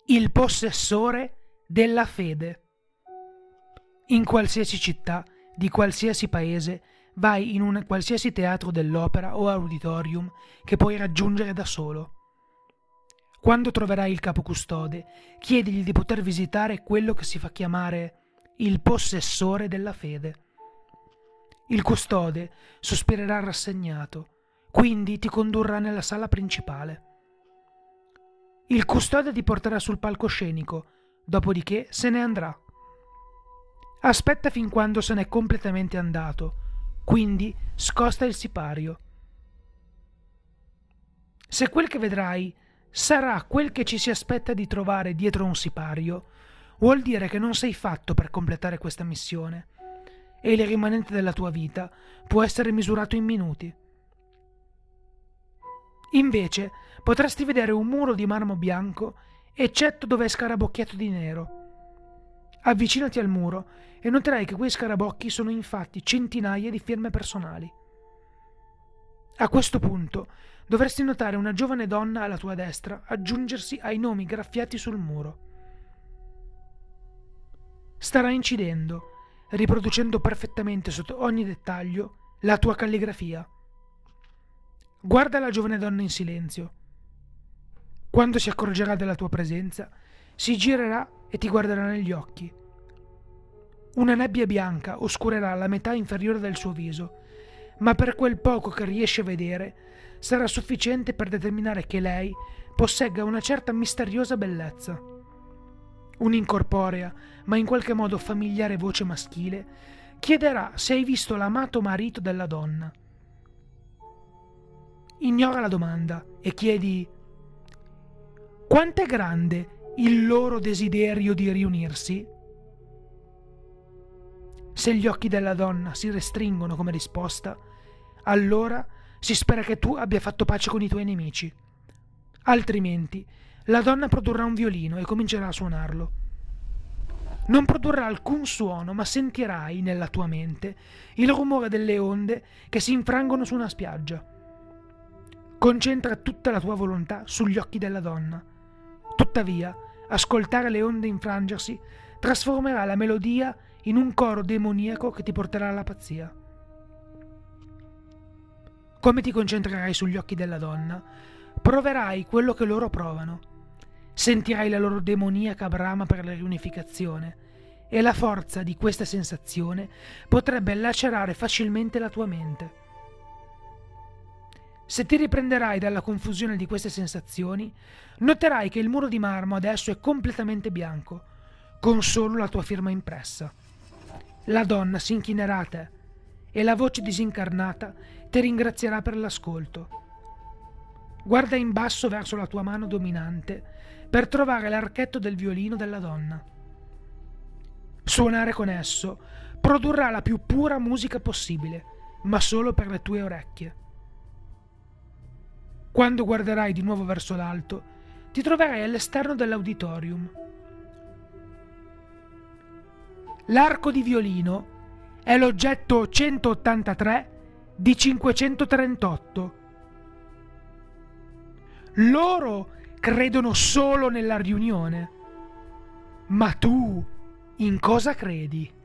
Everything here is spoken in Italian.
il possessore della fede. In qualsiasi città, di qualsiasi paese, vai in un qualsiasi teatro dell'opera o auditorium che puoi raggiungere da solo. Quando troverai il capocustode, chiedigli di poter visitare quello che si fa chiamare il possessore della fede. Il custode sospirerà rassegnato, quindi ti condurrà nella sala principale. Il custode ti porterà sul palcoscenico, dopodiché se ne andrà. Aspetta fin quando se n'è completamente andato, quindi scosta il sipario. Se quel che vedrai sarà quel che ci si aspetta di trovare dietro un sipario, vuol dire che non sei fatto per completare questa missione e il rimanente della tua vita può essere misurato in minuti. Invece potresti vedere un muro di marmo bianco, eccetto dove è scarabocchiato di nero. Avvicinati al muro e noterai che quei scarabocchi sono infatti centinaia di firme personali. A questo punto dovresti notare una giovane donna alla tua destra aggiungersi ai nomi graffiati sul muro. Starà incidendo, riproducendo perfettamente sotto ogni dettaglio la tua calligrafia. Guarda la giovane donna in silenzio. Quando si accorgerà della tua presenza, si girerà e ti guarderà negli occhi. Una nebbia bianca oscurerà la metà inferiore del suo viso, ma per quel poco che riesce a vedere sarà sufficiente per determinare che lei possegga una certa misteriosa bellezza. Un'incorporea, ma in qualche modo familiare voce maschile chiederà se hai visto l'amato marito della donna. Ignora la domanda e chiedi: quanto è grande il loro desiderio di riunirsi? Se gli occhi della donna si restringono come risposta, allora si spera che tu abbia fatto pace con i tuoi nemici. Altrimenti, la donna produrrà un violino e comincerà a suonarlo. Non produrrà alcun suono, ma sentirai nella tua mente il rumore delle onde che si infrangono su una spiaggia. Concentra tutta la tua volontà sugli occhi della donna. Tuttavia, ascoltare le onde infrangersi trasformerà la melodia in un coro demoniaco che ti porterà alla pazzia. Come ti concentrerai sugli occhi della donna, proverai quello che loro provano. Sentirai la loro demoniaca brama per la riunificazione e la forza di questa sensazione potrebbe lacerare facilmente la tua mente. Se ti riprenderai dalla confusione di queste sensazioni, noterai che il muro di marmo adesso è completamente bianco, con solo la tua firma impressa. La donna si inchinerà a te e la voce disincarnata ti ringrazierà per l'ascolto. Guarda in basso verso la tua mano dominante per trovare l'archetto del violino della donna. Suonare con esso produrrà la più pura musica possibile, ma solo per le tue orecchie. Quando guarderai di nuovo verso l'alto, ti troverai all'esterno dell'auditorium. L'arco di violino è l'oggetto 183 di 538. Loro credono solo nella riunione. Ma tu in cosa credi?